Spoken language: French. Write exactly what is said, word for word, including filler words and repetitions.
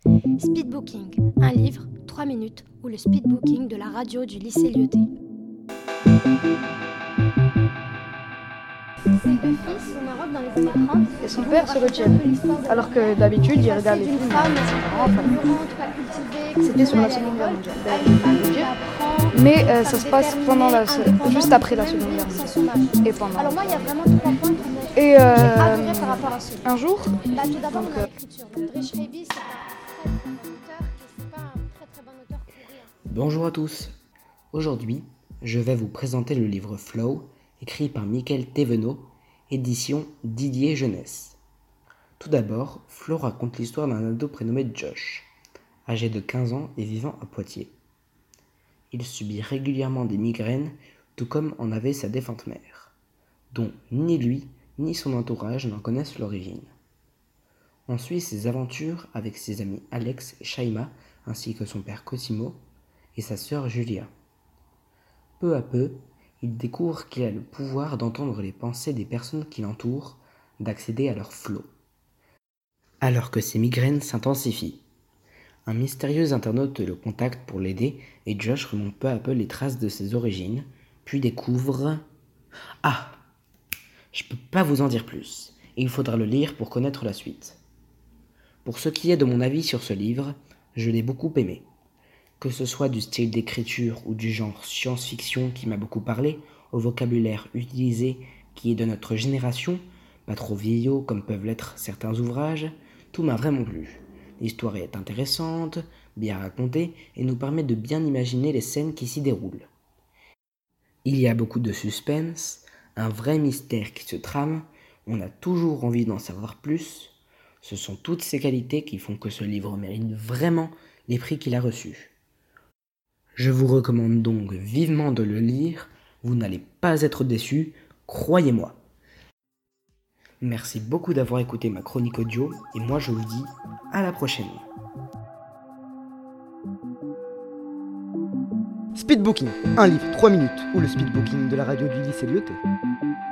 Speedbooking, un livre, trois minutes, ou le speedbooking de la radio du lycée Lyoté. Ces deux filles sont Maroc dans les années trente et son père se retiennent, alors que d'habitude il regarde les films. femme, C'était sur la Seconde Guerre mondiale, ben, je vais le dire. Mais euh, ça se passe pendant la, juste après la Seconde Guerre mondiale et pendant. Alors moi, il y a vraiment trois points qui m'ont Et euh, adoré par rapport à ce livre. un jour, Bah, tout d'abord, donc, dans euh, l'écriture. Donc, Drish Rabi, c'est un très très bon auteur et c'est pas un très très bon auteur pour rien. Bonjour à tous. Aujourd'hui, je vais vous présenter le livre Flow, écrit par Mickaël Thévenot, édition Didier Jeunesse. Tout d'abord, Flow raconte l'histoire d'un ado prénommé Josh, âgé de quinze ans et vivant à Poitiers. Il subit régulièrement des migraines, tout comme en avait sa défunte mère, dont ni lui ni son entourage n'en connaissent l'origine. On suit ses aventures avec ses amis Alex et Shaima, ainsi que son père Cosimo et sa sœur Julia. Peu à peu, il découvre qu'il a le pouvoir d'entendre les pensées des personnes qui l'entourent, d'accéder à leur flot. Alors que ses migraines s'intensifient, un mystérieux internaute le contacte pour l'aider et Josh remonte peu à peu les traces de ses origines, puis découvre... Ah! Je peux pas vous en dire plus, et il faudra le lire pour connaître la suite. Pour ce qui est de mon avis sur ce livre, je l'ai beaucoup aimé. Que ce soit du style d'écriture ou du genre science-fiction qui m'a beaucoup parlé, au vocabulaire utilisé qui est de notre génération, pas trop vieillot comme peuvent l'être certains ouvrages, tout m'a vraiment plu. L'histoire est intéressante, bien racontée et nous permet de bien imaginer les scènes qui s'y déroulent. Il y a beaucoup de suspense, un vrai mystère qui se trame, on a toujours envie d'en savoir plus. Ce sont toutes ces qualités qui font que ce livre mérite vraiment les prix qu'il a reçus. Je vous recommande donc vivement de le lire, vous n'allez pas être déçus, croyez-moi. Merci beaucoup d'avoir écouté ma chronique audio et moi je vous dis à la prochaine. Speedbooking, un livre, trois minutes, ou le speedbooking de la radio du lycée Lyoté.